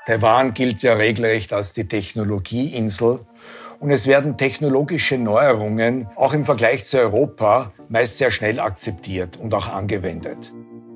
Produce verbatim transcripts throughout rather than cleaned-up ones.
Taiwan gilt ja regelrecht als die Technologieinsel. Und es werden technologische Neuerungen auch im Vergleich zu Europa meist sehr schnell akzeptiert und auch angewendet.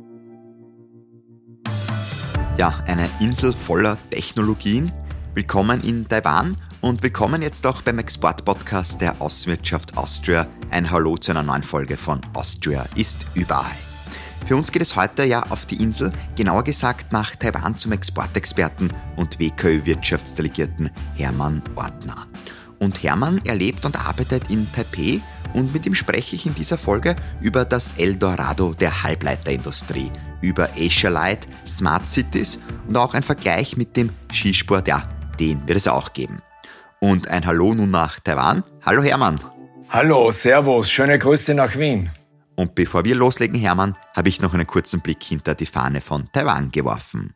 Ja, eine Insel voller Technologien. Willkommen in Taiwan und willkommen jetzt auch beim Export-Podcast der Außenwirtschaft Austria. Ein Hallo zu einer neuen Folge von Austria ist überall. Für uns geht es heute ja auf die Insel, genauer gesagt nach Taiwan zum Exportexperten und W K Ö-Wirtschaftsdelegierten Hermann Ortner. Und Hermann, er lebt und arbeitet in Taipei und mit ihm spreche ich in dieser Folge über das Eldorado der Halbleiterindustrie, über Asia Light, Smart Cities und auch ein Vergleich mit dem Skisport, ja, den wird es auch geben. Und ein Hallo nun nach Taiwan. Hallo Hermann. Hallo, servus, schöne Grüße nach Wien. Und bevor wir loslegen, Hermann, habe ich noch einen kurzen Blick hinter die Fahne von Taiwan geworfen.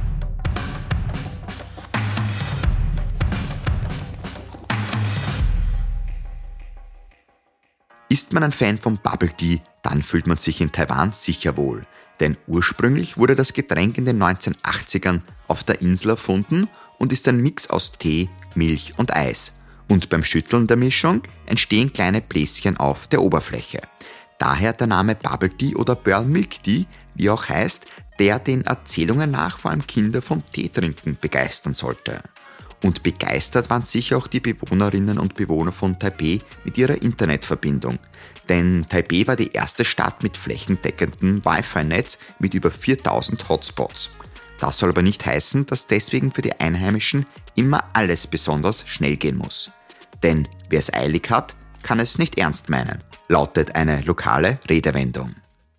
Ist man ein Fan von Bubble Tea, dann fühlt man sich in Taiwan sicher wohl. Denn ursprünglich wurde das Getränk in den neunzehnhundertachtzigern auf der Insel erfunden und ist ein Mix aus Tee, Milch und Eis. Und beim Schütteln der Mischung entstehen kleine Bläschen auf der Oberfläche. Daher der Name Bubble Tea oder Pearl Milk Tea, wie auch heißt, der den Erzählungen nach vor allem Kinder vom Teetrinken begeistern sollte. Und begeistert waren sicher auch die Bewohnerinnen und Bewohner von Taipei mit ihrer Internetverbindung. Denn Taipei war die erste Stadt mit flächendeckendem Wi-Fi-Netz mit über viertausend Hotspots. Das soll aber nicht heißen, dass deswegen für die Einheimischen immer alles besonders schnell gehen muss. Denn wer es eilig hat, kann es nicht ernst meinen, lautet eine lokale Redewendung.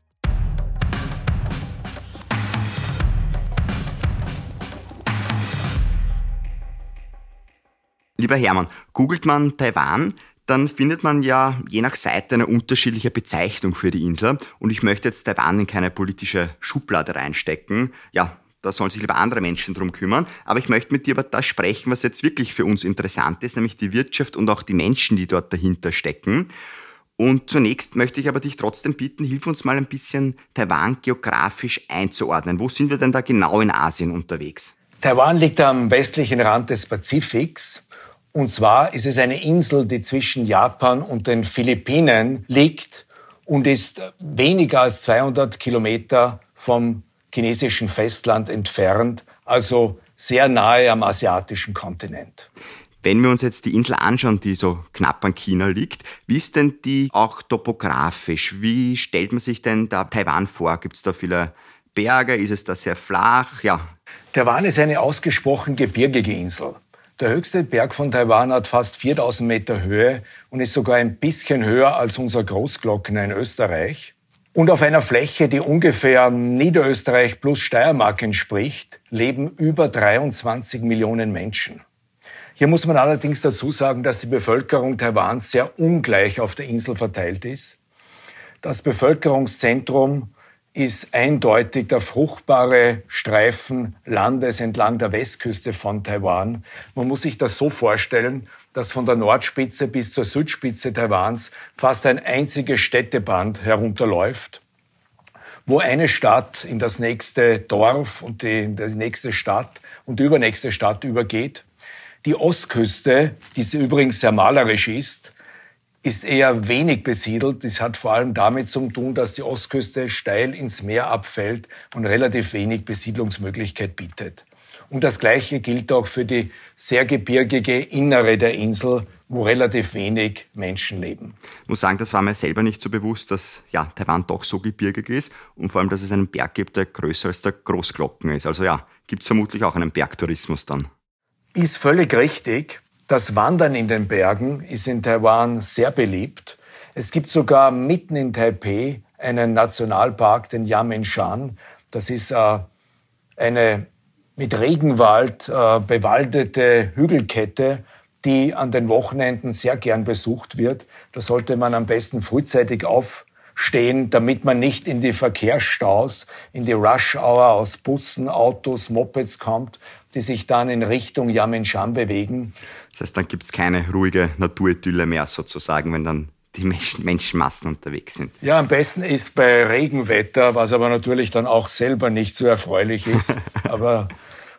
Lieber Hermann, googelt man Taiwan, dann findet man ja je nach Seite eine unterschiedliche Bezeichnung für die Insel. Und ich möchte jetzt Taiwan in keine politische Schublade reinstecken. Ja, da sollen sich lieber andere Menschen drum kümmern. Aber ich möchte mit dir über das sprechen, was jetzt wirklich für uns interessant ist, nämlich die Wirtschaft und auch die Menschen, die dort dahinter stecken. Und zunächst möchte ich aber dich trotzdem bitten, hilf uns mal ein bisschen Taiwan geografisch einzuordnen. Wo sind wir denn da genau in Asien unterwegs? Taiwan liegt am westlichen Rand des Pazifiks. Und zwar ist es eine Insel, die zwischen Japan und den Philippinen liegt und ist weniger als zweihundert Kilometer vom chinesischen Festland entfernt, also sehr nahe am asiatischen Kontinent. Wenn wir uns jetzt die Insel anschauen, die so knapp an China liegt, wie ist denn die auch topografisch? Wie stellt man sich denn da Taiwan vor? Gibt es da viele Berge? Ist es da sehr flach? Ja. Taiwan ist eine ausgesprochen gebirgige Insel. Der höchste Berg von Taiwan hat fast viertausend Meter Höhe und ist sogar ein bisschen höher als unser Großglockner in Österreich. Und auf einer Fläche, die ungefähr Niederösterreich plus Steiermark entspricht, leben über dreiundzwanzig Millionen Menschen. Hier muss man allerdings dazu sagen, dass die Bevölkerung Taiwans sehr ungleich auf der Insel verteilt ist. Das Bevölkerungszentrum ist eindeutig der fruchtbare Streifen Landes entlang der Westküste von Taiwan. Man muss sich das so vorstellen, dass von der Nordspitze bis zur Südspitze Taiwans fast ein einziges Städteband herunterläuft, wo eine Stadt in das nächste Dorf und die, in die nächste Stadt und die übernächste Stadt übergeht. Die Ostküste, die übrigens sehr malerisch ist, ist eher wenig besiedelt. Das hat vor allem damit zu tun, dass die Ostküste steil ins Meer abfällt und relativ wenig Besiedlungsmöglichkeit bietet. Und das Gleiche gilt auch für die sehr gebirgige Innere der Insel, wo relativ wenig Menschen leben. Ich muss sagen, das war mir selber nicht so bewusst, dass ja, Taiwan doch so gebirgig ist und vor allem, dass es einen Berg gibt, der größer als der Großglocken ist. Also ja, gibt es vermutlich auch einen Bergtourismus dann. Ist völlig richtig. Das Wandern in den Bergen ist in Taiwan sehr beliebt. Es gibt sogar mitten in Taipei einen Nationalpark, den Yamenshan. Das ist äh, eine mit Regenwald äh, bewaldete Hügelkette, die an den Wochenenden sehr gern besucht wird. Da sollte man am besten frühzeitig aufstehen, damit man nicht in die Verkehrsstaus, in die Rush-Hour aus Bussen, Autos, Mopeds kommt, die sich dann in Richtung Yamenshan bewegen. Das heißt, dann gibt es keine ruhige Naturidylle mehr sozusagen, wenn dann die Menschen, Menschenmassen unterwegs sind. Ja, am besten ist bei Regenwetter, was aber natürlich dann auch selber nicht so erfreulich ist. Aber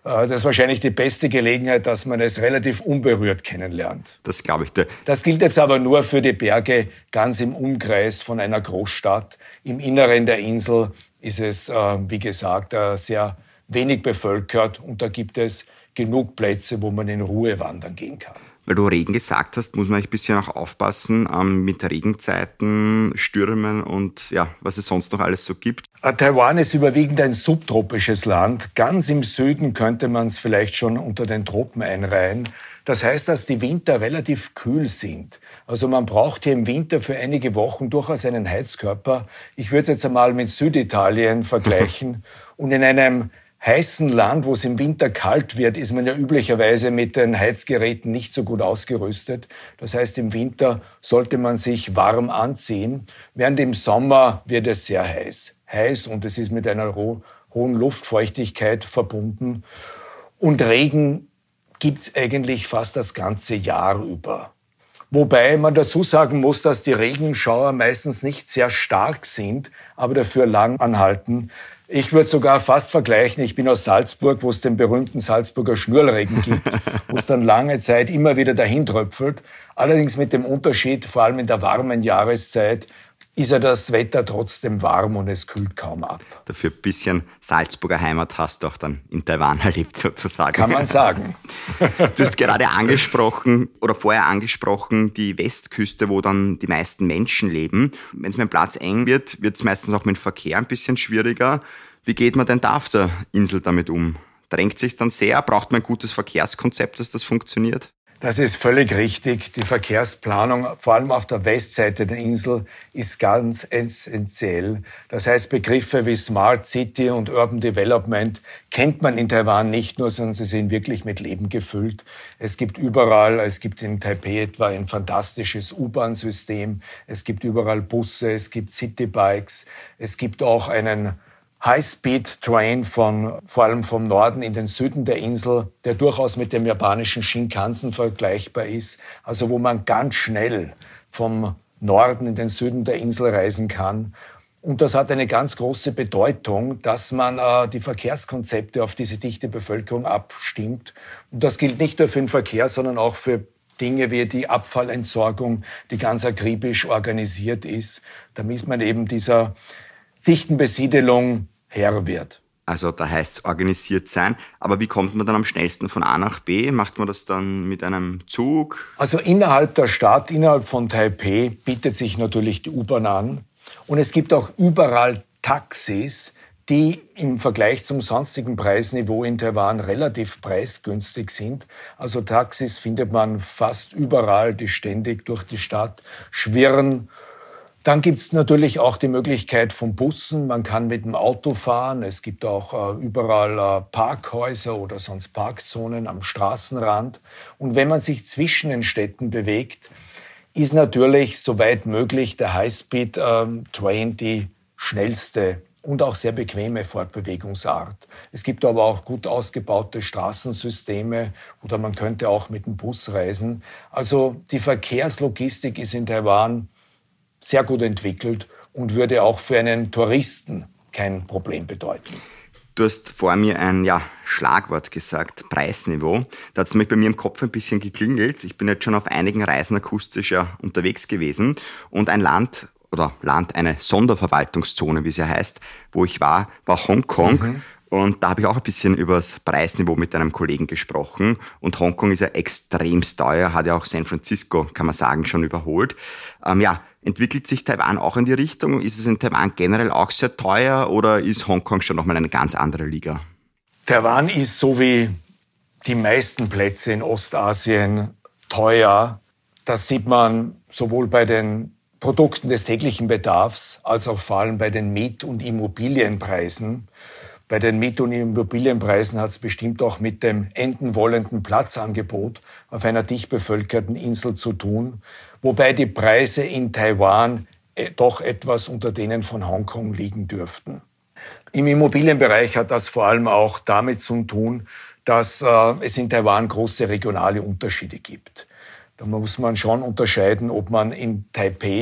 Das ist wahrscheinlich die beste Gelegenheit, dass man es relativ unberührt kennenlernt. Das glaube ich. Das gilt jetzt aber nur für die Berge ganz im Umkreis von einer Großstadt. Im Inneren der Insel ist es, wie gesagt, sehr wenig bevölkert und da gibt es genug Plätze, wo man in Ruhe wandern gehen kann. Weil du Regen gesagt hast, muss man ein bisschen auch aufpassen ähm, mit Regenzeiten, Stürmen und ja, was es sonst noch alles so gibt. Taiwan ist überwiegend ein subtropisches Land. Ganz im Süden könnte man es vielleicht schon unter den Tropen einreihen. Das heißt, dass die Winter relativ kühl sind. Also man braucht hier im Winter für einige Wochen durchaus einen Heizkörper. Ich würde es jetzt einmal mit Süditalien vergleichen. Und in einem heißen Land, wo es im Winter kalt wird, ist man ja üblicherweise mit den Heizgeräten nicht so gut ausgerüstet. Das heißt, im Winter sollte man sich warm anziehen, während im Sommer wird es sehr heiß. Heiß und es ist mit einer ho- hohen Luftfeuchtigkeit verbunden. Und Regen gibt's eigentlich fast das ganze Jahr über. Wobei man dazu sagen muss, dass die Regenschauer meistens nicht sehr stark sind, aber dafür lang anhalten. Ich würde sogar fast vergleichen, ich bin aus Salzburg, wo es den berühmten Salzburger Schnürlregen gibt, wo es dann lange Zeit immer wieder dahin tröpfelt. Allerdings mit dem Unterschied, vor allem in der warmen Jahreszeit, ist ja das Wetter trotzdem warm und es kühlt kaum ab. Dafür ein bisschen Salzburger Heimat hast du auch dann in Taiwan erlebt sozusagen. Kann man sagen. Du hast gerade angesprochen oder vorher angesprochen, die Westküste, wo dann die meisten Menschen leben. Wenn es mit dem Platz eng wird, wird es meistens auch mit dem Verkehr ein bisschen schwieriger. Wie geht man denn da auf der Insel damit um? Drängt sich dann sehr? Braucht man ein gutes Verkehrskonzept, dass das funktioniert? Das ist völlig richtig. Die Verkehrsplanung, vor allem auf der Westseite der Insel, ist ganz essentiell. Das heißt, Begriffe wie Smart City und Urban Development kennt man in Taiwan nicht nur, sondern sie sind wirklich mit Leben gefüllt. Es gibt überall, es gibt in Taipei etwa ein fantastisches U-Bahn-System. Es gibt überall Busse, es gibt Citybikes. Es gibt auch einen High-Speed-Train von, vor allem vom Norden in den Süden der Insel, der durchaus mit dem japanischen Shinkansen vergleichbar ist. Also wo man ganz schnell vom Norden in den Süden der Insel reisen kann. Und das hat eine ganz große Bedeutung, dass man äh, die Verkehrskonzepte auf diese dichte Bevölkerung abstimmt. Und das gilt nicht nur für den Verkehr, sondern auch für Dinge wie die Abfallentsorgung, die ganz akribisch organisiert ist, damit man eben dieser dichten Besiedelung Herr wird. Also da heißt es organisiert sein. Aber wie kommt man dann am schnellsten von A nach B? Macht man das dann mit einem Zug? Also innerhalb der Stadt, innerhalb von Taipei, bietet sich natürlich die U-Bahn an. Und es gibt auch überall Taxis, die im Vergleich zum sonstigen Preisniveau in Taiwan relativ preisgünstig sind. Also Taxis findet man fast überall, die ständig durch die Stadt schwirren. Dann gibt's natürlich auch die Möglichkeit von Bussen. Man kann mit dem Auto fahren. Es gibt auch äh, überall äh, Parkhäuser oder sonst Parkzonen am Straßenrand. Und wenn man sich zwischen den Städten bewegt, ist natürlich soweit möglich der High-Speed-Train ähm, die schnellste und auch sehr bequeme Fortbewegungsart. Es gibt aber auch gut ausgebaute Straßensysteme oder man könnte auch mit dem Bus reisen. Also die Verkehrslogistik ist in Taiwan sehr gut entwickelt und würde auch für einen Touristen kein Problem bedeuten. Du hast vor mir ein ja, Schlagwort gesagt, Preisniveau. Da hat es mich bei mir im Kopf ein bisschen geklingelt. Ich bin jetzt schon auf einigen Reisen akustisch ja unterwegs gewesen und ein Land oder Land, eine Sonderverwaltungszone, wie es ja heißt, wo ich war, war Hongkong. Mhm. Und da habe ich auch ein bisschen über das Preisniveau mit einem Kollegen gesprochen. Und Hongkong ist ja extremst teuer, hat ja auch San Francisco, kann man sagen, schon überholt. Ähm, ja, entwickelt sich Taiwan auch in die Richtung? Ist es in Taiwan generell auch sehr teuer oder ist Hongkong schon nochmal eine ganz andere Liga? Taiwan ist so wie die meisten Plätze in Ostasien teuer. Das sieht man sowohl bei den Produkten des täglichen Bedarfs als auch vor allem bei den Miet- und Immobilienpreisen. Bei den Miet- und Immobilienpreisen hat es bestimmt auch mit dem enden wollenden Platzangebot auf einer dicht bevölkerten Insel zu tun, wobei die Preise in Taiwan doch etwas unter denen von Hongkong liegen dürften. Im Immobilienbereich hat das vor allem auch damit zu tun, dass äh, es in Taiwan große regionale Unterschiede gibt. Da muss man schon unterscheiden, ob man in Taipei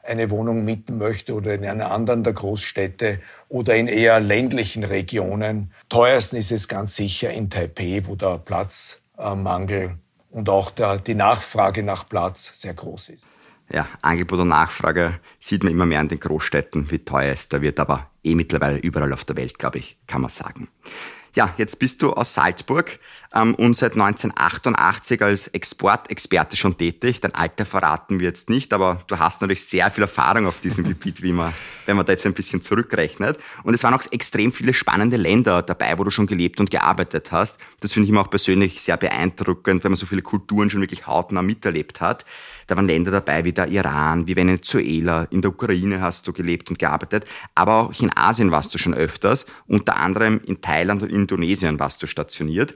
eine Wohnung mieten möchte oder in einer anderen der Großstädte oder in eher ländlichen Regionen. Teuersten ist es ganz sicher in Taipei, wo der Platzmangel und auch der, die Nachfrage nach Platz sehr groß ist. Ja, Angebot und Nachfrage sieht man immer mehr in den Großstädten, wie teuer es da wird, aber eh mittlerweile überall auf der Welt, glaube ich, kann man sagen. Ja, jetzt bist du aus Salzburg ähm, und seit neunzehnhundertachtundachtzig als Exportexperte schon tätig. Dein Alter verraten wir jetzt nicht, aber du hast natürlich sehr viel Erfahrung auf diesem Gebiet, wie man, wenn man da jetzt ein bisschen zurückrechnet. Und es waren auch extrem viele spannende Länder dabei, wo du schon gelebt und gearbeitet hast. Das finde ich immer auch persönlich sehr beeindruckend, wenn man so viele Kulturen schon wirklich hautnah miterlebt hat. Da waren Länder dabei wie der Iran, wie Venezuela, in der Ukraine hast du gelebt und gearbeitet, aber auch in Asien warst du schon öfters, unter anderem in Thailand und Indonesien warst du stationiert.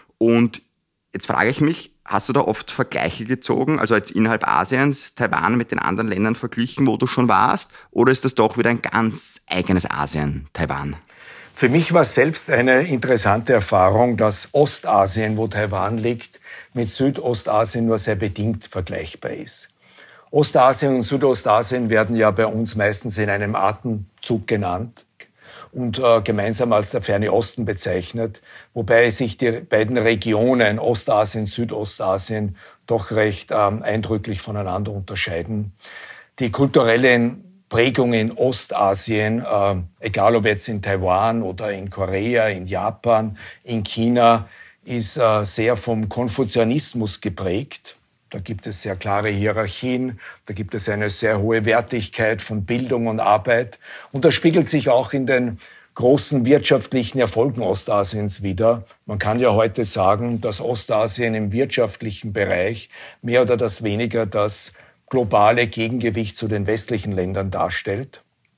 Und jetzt frage ich mich, hast du da oft Vergleiche gezogen, also jetzt innerhalb Asiens, Taiwan mit den anderen Ländern verglichen, wo du schon warst, oder ist das doch wieder ein ganz eigenes Asien, Taiwan? Für mich war es selbst eine interessante Erfahrung, dass Ostasien, wo Taiwan liegt, mit Südostasien nur sehr bedingt vergleichbar ist. Ostasien und Südostasien werden ja bei uns meistens in einem Atemzug genannt und äh, gemeinsam als der ferne Osten bezeichnet, wobei sich die beiden Regionen Ostasien, Südostasien doch recht ähm, eindrücklich voneinander unterscheiden. Die kulturellen Prägungen in Ostasien, äh, egal ob jetzt in Taiwan oder in Korea, in Japan, in China, ist äh, sehr vom Konfuzianismus geprägt. Da gibt es sehr klare Hierarchien, da gibt es eine sehr hohe Wertigkeit von Bildung und Arbeit. Und das spiegelt sich auch in den großen wirtschaftlichen Erfolgen Ostasiens wider. Man kann ja heute sagen, dass Ostasien im wirtschaftlichen Bereich mehr oder das weniger das globale Gegengewicht zu den westlichen Ländern darstellt.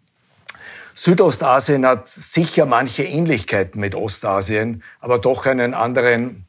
Südostasien hat sicher manche Ähnlichkeiten mit Ostasien, aber doch einen anderen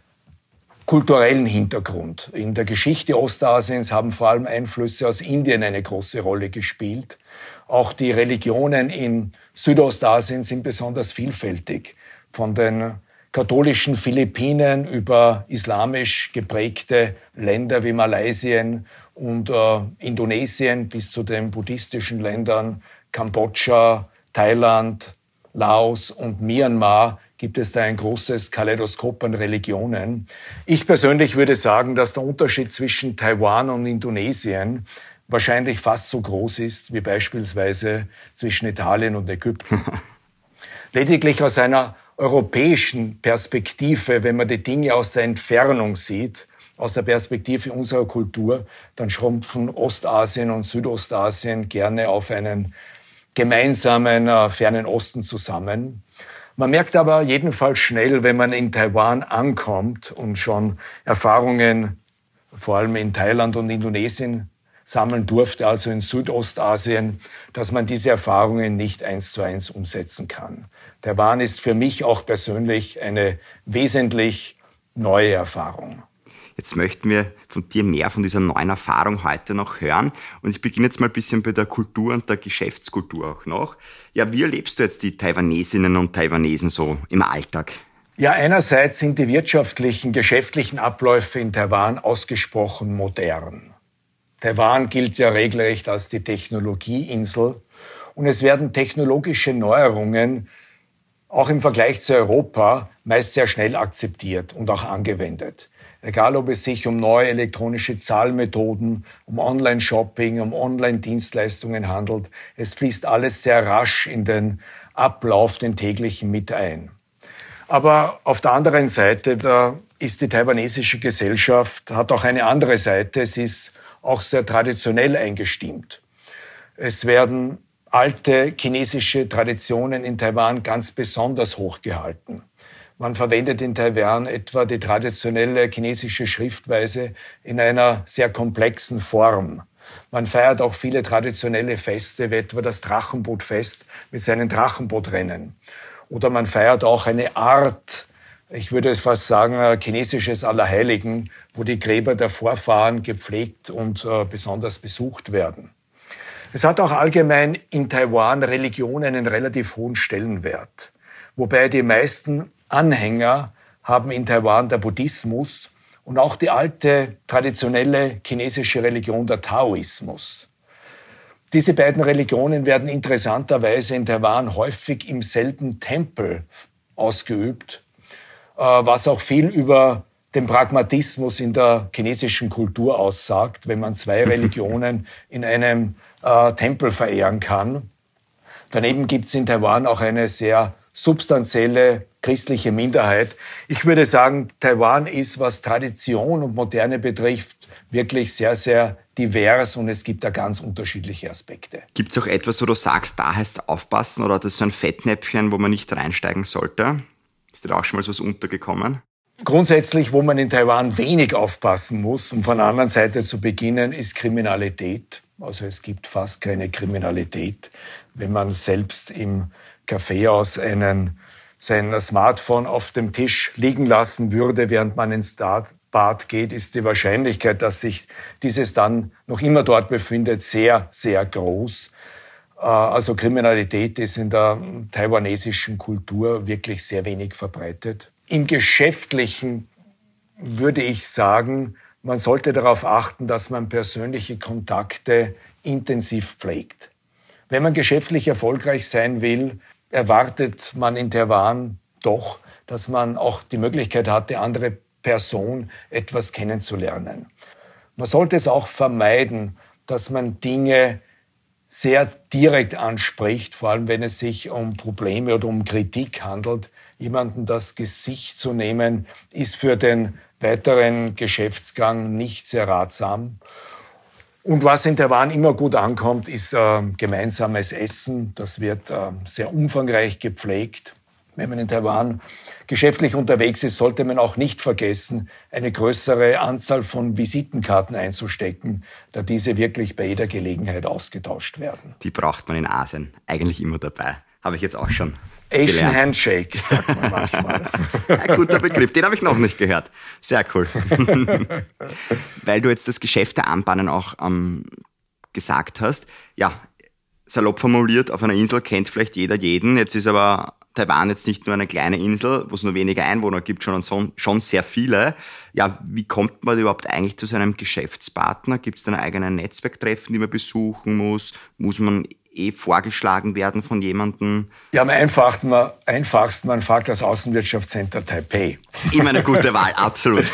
kulturellen Hintergrund. In der Geschichte Ostasiens haben vor allem Einflüsse aus Indien eine große Rolle gespielt. Auch die Religionen in Südostasien sind besonders vielfältig. Von den katholischen Philippinen über islamisch geprägte Länder wie Malaysia und äh, Indonesien bis zu den buddhistischen Ländern Kambodscha, Thailand, Laos und Myanmar gibt es da ein großes Kaleidoskop an Religionen. Ich persönlich würde sagen, dass der Unterschied zwischen Taiwan und Indonesien wahrscheinlich fast so groß ist wie beispielsweise zwischen Italien und Ägypten. Lediglich aus einer europäischen Perspektive, wenn man die Dinge aus der Entfernung sieht, aus der Perspektive unserer Kultur, dann schrumpfen Ostasien und Südostasien gerne auf einen gemeinsamen äh, fernen Osten zusammen. Man merkt aber jedenfalls schnell, wenn man in Taiwan ankommt und schon Erfahrungen vor allem in Thailand und Indonesien sammeln durfte, also in Südostasien, dass man diese Erfahrungen nicht eins zu eins umsetzen kann. Taiwan ist für mich auch persönlich eine wesentlich neue Erfahrung. Jetzt möchten wir von dir mehr von dieser neuen Erfahrung heute noch hören. Und ich beginne jetzt mal ein bisschen bei der Kultur und der Geschäftskultur auch noch. Ja, wie erlebst du jetzt die Taiwanesinnen und Taiwanesen so im Alltag? Ja, einerseits sind die wirtschaftlichen, geschäftlichen Abläufe in Taiwan ausgesprochen modern. Taiwan gilt ja regelrecht als die Technologieinsel. Und es werden technologische Neuerungen auch im Vergleich zu Europa meist sehr schnell akzeptiert und auch angewendet. Egal, ob es sich um neue elektronische Zahlmethoden, um Online-Shopping, um Online-Dienstleistungen handelt. Es fließt alles sehr rasch in den Ablauf, den täglichen mit ein. Aber auf der anderen Seite, da ist die taiwanesische Gesellschaft, hat auch eine andere Seite. Es ist auch sehr traditionell eingestimmt. Es werden alte chinesische Traditionen in Taiwan ganz besonders hochgehalten. Man verwendet in Taiwan etwa die traditionelle chinesische Schriftweise in einer sehr komplexen Form. Man feiert auch viele traditionelle Feste, wie etwa das Drachenbootfest mit seinen Drachenbootrennen. Oder man feiert auch eine Art, ich würde es fast sagen, chinesisches Allerheiligen, wo die Gräber der Vorfahren gepflegt und äh, besonders besucht werden. Es hat auch allgemein in Taiwan Religion einen relativ hohen Stellenwert, wobei die meisten Anhänger haben in Taiwan der Buddhismus und auch die alte traditionelle chinesische Religion der Taoismus. Diese beiden Religionen werden interessanterweise in Taiwan häufig im selben Tempel ausgeübt, was auch viel über den Pragmatismus in der chinesischen Kultur aussagt, wenn man zwei Religionen in einem äh, Tempel verehren kann. Daneben gibt es in Taiwan auch eine sehr substanzielle christliche Minderheit. Ich würde sagen, Taiwan ist, was Tradition und Moderne betrifft, wirklich sehr, sehr divers und es gibt da ganz unterschiedliche Aspekte. Gibt es auch etwas, wo du sagst, da heißt es aufpassen oder das ist so ein Fettnäpfchen, wo man nicht reinsteigen sollte? Ist dir da auch schon mal so was untergekommen? Grundsätzlich, wo man in Taiwan wenig aufpassen muss, um von der anderen Seite zu beginnen, ist Kriminalität. Also es gibt fast keine Kriminalität. Wenn man selbst im Kaffeehaus einen, sein Smartphone auf dem Tisch liegen lassen würde, während man ins Bad geht, ist die Wahrscheinlichkeit, dass sich dieses dann noch immer dort befindet, sehr, sehr groß. Also Kriminalität ist in der taiwanesischen Kultur wirklich sehr wenig verbreitet. Im Geschäftlichen würde ich sagen, man sollte darauf achten, dass man persönliche Kontakte intensiv pflegt. Wenn man geschäftlich erfolgreich sein will, erwartet man in Taiwan doch, dass man auch die Möglichkeit hat, die andere Person etwas kennenzulernen. Man sollte es auch vermeiden, dass man Dinge sehr direkt anspricht, vor allem wenn es sich um Probleme oder um Kritik handelt. Jemandem das Gesicht zu nehmen, ist für den weiteren Geschäftsgang nicht sehr ratsam. Und was in Taiwan immer gut ankommt, ist äh, gemeinsames Essen. Das wird äh, sehr umfangreich gepflegt. Wenn man in Taiwan geschäftlich unterwegs ist, sollte man auch nicht vergessen, eine größere Anzahl von Visitenkarten einzustecken, da diese wirklich bei jeder Gelegenheit ausgetauscht werden. Die braucht man in Asien eigentlich immer dabei. Habe ich jetzt auch schon Asian gelernt. Handshake, sagt man manchmal. Ein guter Begriff, den habe ich noch nicht gehört. Sehr cool. Weil du jetzt das Geschäft der Anbahnen auch ähm, gesagt hast. Ja, salopp formuliert, auf einer Insel kennt vielleicht jeder jeden. Jetzt ist aber Taiwan jetzt nicht nur eine kleine Insel, wo es nur wenige Einwohner gibt, sondern schon sehr viele. Ja, wie kommt man überhaupt eigentlich zu seinem Geschäftspartner? Gibt es da ein eigenes Netzwerktreffen, die man besuchen muss? Muss man eh vorgeschlagen werden von jemandem? Ja, am einfachsten, am einfachsten man fragt das Außenwirtschaftscenter Taipei. Immer eine gute Wahl, absolut.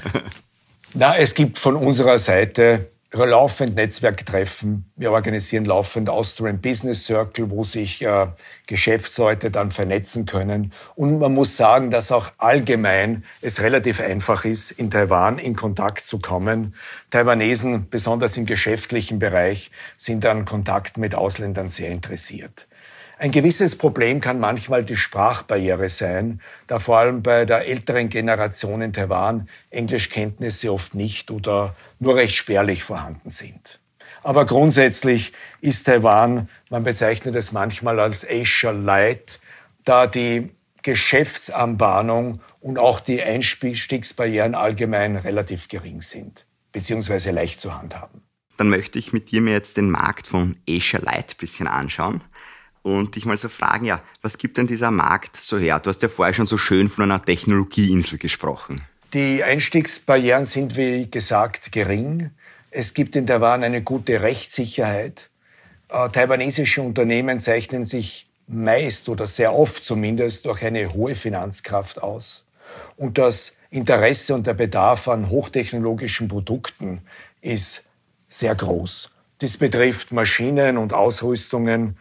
Na, es gibt von unserer Seite laufend Netzwerktreffen. Wir organisieren laufend Austrian Business Circle, wo sich äh, Geschäftsleute dann vernetzen können. Und man muss sagen, dass auch allgemein es relativ einfach ist, in Taiwan in Kontakt zu kommen. Taiwanesen, besonders im geschäftlichen Bereich, sind an Kontakt mit Ausländern sehr interessiert. Ein gewisses Problem kann manchmal die Sprachbarriere sein, da vor allem bei der älteren Generation in Taiwan Englischkenntnisse oft nicht oder nur recht spärlich vorhanden sind. Aber grundsätzlich ist Taiwan, man bezeichnet es manchmal als Asia Light, da die Geschäftsanbahnung und auch die Einstiegsbarrieren allgemein relativ gering sind, beziehungsweise leicht zu handhaben. Dann möchte ich mit dir mir jetzt den Markt von Asia Light ein bisschen anschauen. Und dich mal so fragen, ja, was gibt denn dieser Markt so her? Du hast ja vorher schon so schön von einer Technologieinsel gesprochen. Die Einstiegsbarrieren sind, wie gesagt, gering. Es gibt in Taiwan eine gute Rechtssicherheit. Äh, taiwanesische Unternehmen zeichnen sich meist oder sehr oft zumindest durch eine hohe Finanzkraft aus. Und das Interesse und der Bedarf an hochtechnologischen Produkten ist sehr groß. Das betrifft Maschinen und Ausrüstungen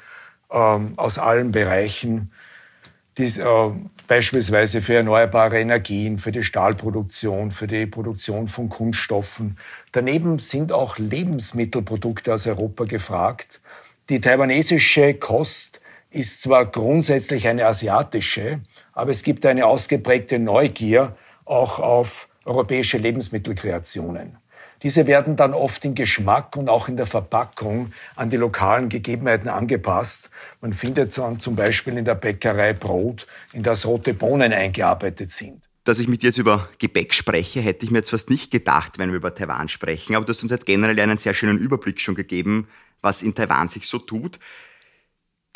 aus allen Bereichen, dies, äh, beispielsweise für erneuerbare Energien, für die Stahlproduktion, für die Produktion von Kunststoffen. Daneben sind auch Lebensmittelprodukte aus Europa gefragt. Die taiwanesische Kost ist zwar grundsätzlich eine asiatische, aber es gibt eine ausgeprägte Neugier auch auf europäische Lebensmittelkreationen. Diese werden dann oft in Geschmack und auch in der Verpackung an die lokalen Gegebenheiten angepasst. Man findet zum Beispiel in der Bäckerei Brot, in das rote Bohnen eingearbeitet sind. Dass ich mit dir jetzt über Gebäck spreche, hätte ich mir jetzt fast nicht gedacht, wenn wir über Taiwan sprechen. Aber du hast uns jetzt generell einen sehr schönen Überblick schon gegeben, was in Taiwan sich so tut.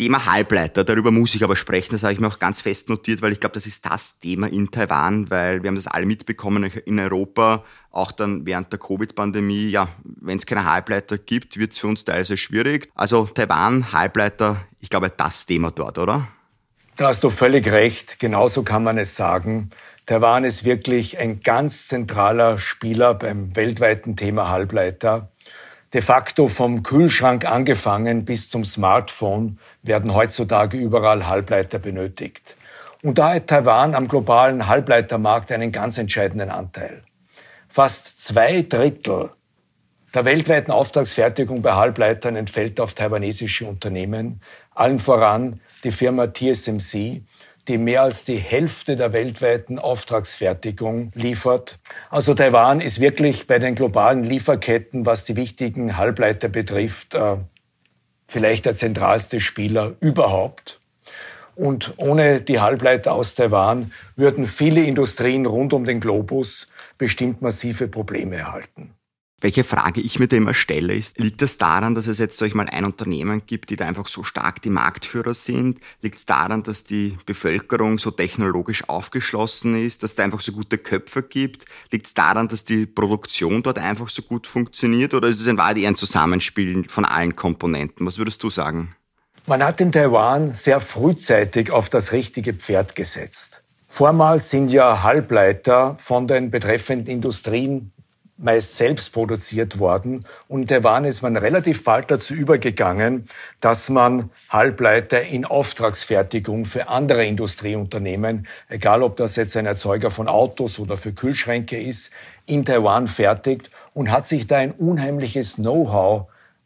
Thema Halbleiter, darüber muss ich aber sprechen, das habe ich mir auch ganz fest notiert, weil ich glaube, das ist das Thema in Taiwan, weil wir haben das alle mitbekommen in Europa, auch dann während der Covid-Pandemie, ja, wenn es keine Halbleiter gibt, wird es für uns teilweise schwierig. Also Taiwan, Halbleiter, ich glaube, das Thema dort, oder? Da hast du völlig recht, genauso kann man es sagen. Taiwan ist wirklich ein ganz zentraler Spieler beim weltweiten Thema Halbleiter. De facto vom Kühlschrank angefangen bis zum Smartphone werden heutzutage überall Halbleiter benötigt. Und da hat Taiwan am globalen Halbleitermarkt einen ganz entscheidenden Anteil. Fast zwei Drittel der weltweiten Auftragsfertigung bei Halbleitern entfällt auf taiwanesische Unternehmen, allen voran die Firma T S M C, die mehr als die Hälfte der weltweiten Auftragsfertigung liefert. Also Taiwan ist wirklich bei den globalen Lieferketten, was die wichtigen Halbleiter betrifft, vielleicht der zentralste Spieler überhaupt. Und ohne die Halbleiter aus Taiwan würden viele Industrien rund um den Globus bestimmt massive Probleme erhalten. Welche Frage ich mir da immer stelle, ist, liegt das daran, dass es jetzt, sag ich mal, ein Unternehmen gibt, die da einfach so stark die Marktführer sind? Liegt es daran, dass die Bevölkerung so technologisch aufgeschlossen ist, dass es da einfach so gute Köpfe gibt? Liegt es daran, dass die Produktion dort einfach so gut funktioniert? Oder ist es in Wahrheit eher ein Zusammenspiel von allen Komponenten? Was würdest du sagen? Man hat in Taiwan sehr frühzeitig auf das richtige Pferd gesetzt. Vormals sind ja Halbleiter von den betreffenden Industrien meist selbst produziert worden. Und in Taiwan ist man relativ bald dazu übergegangen, dass man Halbleiter in Auftragsfertigung für andere Industrieunternehmen, egal ob das jetzt ein Erzeuger von Autos oder für Kühlschränke ist, in Taiwan fertigt und hat sich da ein unheimliches Know-how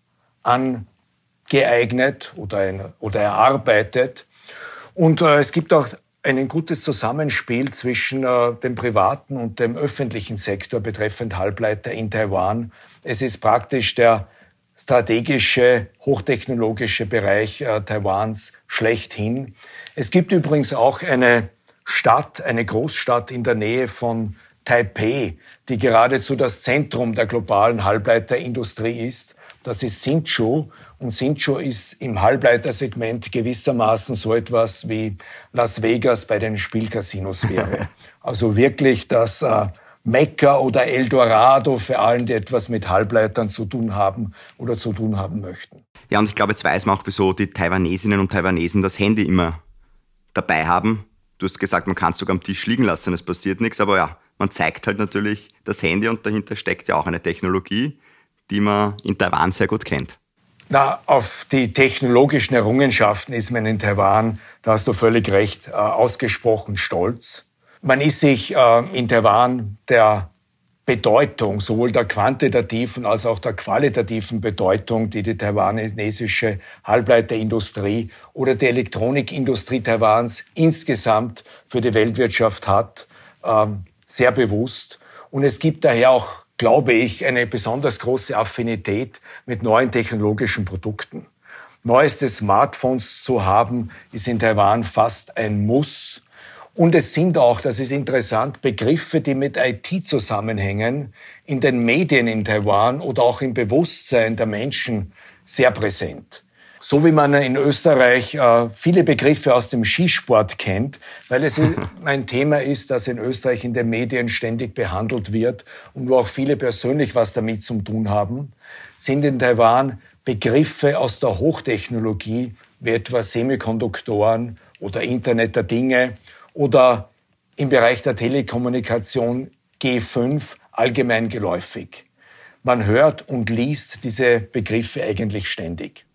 angeeignet oder, ein, oder erarbeitet. Und äh, es gibt auch ein gutes Zusammenspiel zwischen äh, dem privaten und dem öffentlichen Sektor betreffend Halbleiter in Taiwan. Es ist praktisch der strategische, hochtechnologische Bereich äh, Taiwans schlechthin. Es gibt übrigens auch eine Stadt, eine Großstadt in der Nähe von Taipei, die geradezu das Zentrum der globalen Halbleiterindustrie ist. Das ist Hsinchu. Und Hsinchu ist im Halbleitersegment gewissermaßen so etwas wie Las Vegas bei den Spielcasinos wäre. Also wirklich das äh, Mekka oder Eldorado für allen, die etwas mit Halbleitern zu tun haben oder zu tun haben möchten. Ja, und ich glaube, jetzt weiß man auch, wieso die Taiwanesinnen und Taiwanesen das Handy immer dabei haben. Du hast gesagt, man kann es sogar am Tisch liegen lassen, es passiert nichts. Aber ja, man zeigt halt natürlich das Handy und dahinter steckt ja auch eine Technologie, die man in Taiwan sehr gut kennt. Na, auf die technologischen Errungenschaften ist man in Taiwan, da hast du völlig recht, äh, ausgesprochen stolz. Man ist sich äh, in Taiwan der Bedeutung, sowohl der quantitativen als auch der qualitativen Bedeutung, die die taiwanesische Halbleiterindustrie oder die Elektronikindustrie Taiwans insgesamt für die Weltwirtschaft hat, äh, sehr bewusst. Und es gibt daher auch, glaube ich, eine besonders große Affinität mit neuen technologischen Produkten. Neueste Smartphones zu haben, ist in Taiwan fast ein Muss. Und es sind auch, das ist interessant, Begriffe, die mit I T zusammenhängen, in den Medien in Taiwan oder auch im Bewusstsein der Menschen sehr präsent. So wie man in Österreich äh, viele Begriffe aus dem Skisport kennt, weil es ein Thema ist, das in Österreich in den Medien ständig behandelt wird und wo auch viele persönlich was damit zu tun haben, sind in Taiwan Begriffe aus der Hochtechnologie, wie etwa Semikonduktoren oder Internet der Dinge oder im Bereich der Telekommunikation G fünf allgemein geläufig. Man hört und liest diese Begriffe eigentlich ständig.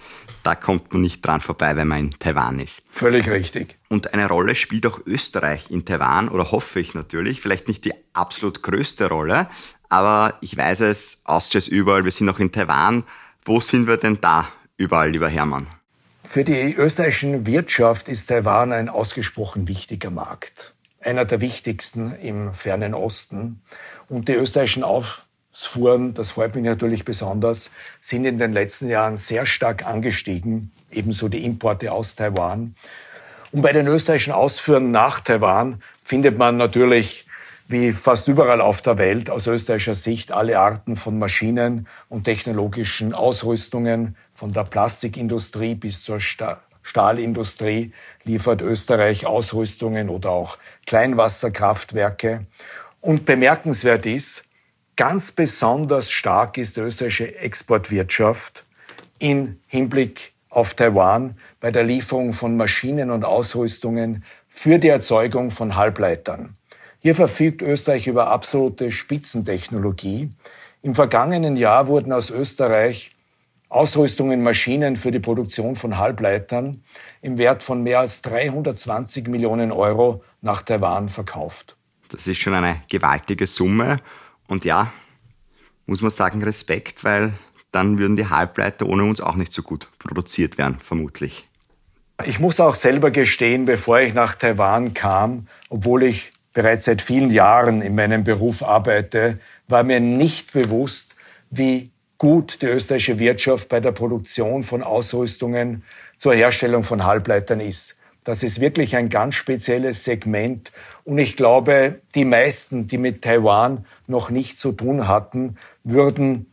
Da kommt man nicht dran vorbei, wenn man in Taiwan ist. Völlig richtig. Und eine Rolle spielt auch Österreich in Taiwan, oder hoffe ich natürlich. Vielleicht nicht die absolut größte Rolle, aber ich weiß es, Austria ist überall, wir sind auch in Taiwan. Wo sind wir denn da überall, lieber Hermann? Für die österreichische Wirtschaft ist Taiwan ein ausgesprochen wichtiger Markt. Einer der wichtigsten im fernen Osten. Und die österreichischen Ausfuhren, das freut mich natürlich besonders, sind in den letzten Jahren sehr stark angestiegen. Ebenso die Importe aus Taiwan. Und bei den österreichischen Ausfuhren nach Taiwan findet man natürlich, wie fast überall auf der Welt, aus österreichischer Sicht alle Arten von Maschinen und technologischen Ausrüstungen, von der Plastikindustrie bis zur Stahlindustrie liefert Österreich Ausrüstungen oder auch Kleinwasserkraftwerke. Und bemerkenswert ist, ganz besonders stark ist die österreichische Exportwirtschaft im Hinblick auf Taiwan bei der Lieferung von Maschinen und Ausrüstungen für die Erzeugung von Halbleitern. Hier verfügt Österreich über absolute Spitzentechnologie. Im vergangenen Jahr wurden aus Österreich Ausrüstungen, Maschinen für die Produktion von Halbleitern im Wert von mehr als dreihundertzwanzig Millionen Euro nach Taiwan verkauft. Das ist schon eine gewaltige Summe. Und ja, muss man sagen, Respekt, weil dann würden die Halbleiter ohne uns auch nicht so gut produziert werden, vermutlich. Ich muss auch selber gestehen, bevor ich nach Taiwan kam, obwohl ich bereits seit vielen Jahren in meinem Beruf arbeite, war mir nicht bewusst, wie gut die österreichische Wirtschaft bei der Produktion von Ausrüstungen zur Herstellung von Halbleitern ist. Das ist wirklich ein ganz spezielles Segment. Und ich glaube, die meisten, die mit Taiwan noch nichts zu tun hatten, würden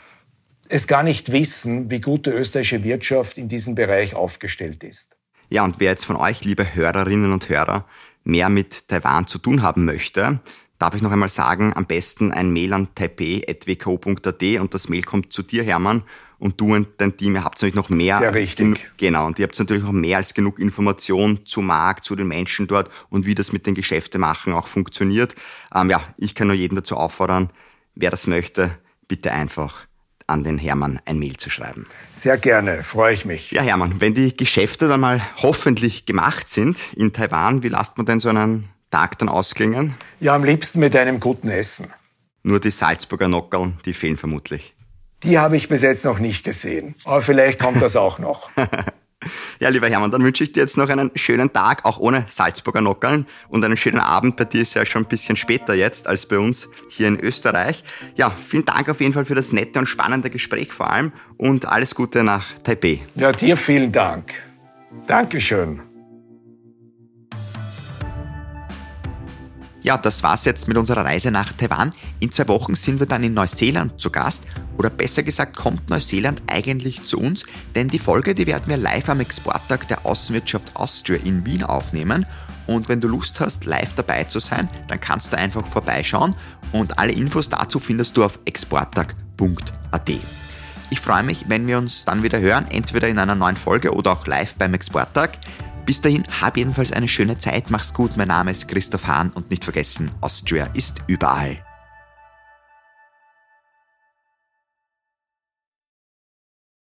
es gar nicht wissen, wie gut die österreichische Wirtschaft in diesem Bereich aufgestellt ist. Ja, und wer jetzt von euch, liebe Hörerinnen und Hörer, mehr mit Taiwan zu tun haben möchte, darf ich noch einmal sagen, am besten ein Mail an taipei at w k o punkt a t und das Mail kommt zu dir, Hermann, und du und dein Team, ihr habt natürlich noch mehr. Sehr richtig. Genau, und ihr habt natürlich noch mehr als genug Informationen zum Markt, zu den Menschen dort und wie das mit den Geschäftemachen auch funktioniert. Ähm, ja, ich kann nur jeden dazu auffordern, wer das möchte, bitte einfach an den Hermann ein Mail zu schreiben. Sehr gerne, freue ich mich. Ja, Hermann, wenn die Geschäfte dann mal hoffentlich gemacht sind in Taiwan, wie lasst man denn so einen Tag dann ausklingen? Ja, am liebsten mit einem guten Essen. Nur die Salzburger Nockerln, die fehlen vermutlich. Die habe ich bis jetzt noch nicht gesehen, aber vielleicht kommt das auch noch. Ja, lieber Hermann, dann wünsche ich dir jetzt noch einen schönen Tag, auch ohne Salzburger Nockerln, und einen schönen Abend. Bei dir ist ja schon ein bisschen später jetzt als bei uns hier in Österreich. Ja, vielen Dank auf jeden Fall für das nette und spannende Gespräch vor allem und alles Gute nach Taipei. Ja, dir vielen Dank. Dankeschön. Ja, das war's jetzt mit unserer Reise nach Taiwan. In zwei Wochen sind wir dann in Neuseeland zu Gast. Oder besser gesagt, kommt Neuseeland eigentlich zu uns? Denn die Folge, die werden wir live am Exporttag der Außenwirtschaft Austria in Wien aufnehmen. Und wenn du Lust hast, live dabei zu sein, dann kannst du einfach vorbeischauen. Und alle Infos dazu findest du auf exporttag punkt a t. Ich freue mich, wenn wir uns dann wieder hören, entweder in einer neuen Folge oder auch live beim Exporttag. Bis dahin, hab jedenfalls eine schöne Zeit, mach's gut, mein Name ist Christoph Hahn und nicht vergessen, Austria ist überall.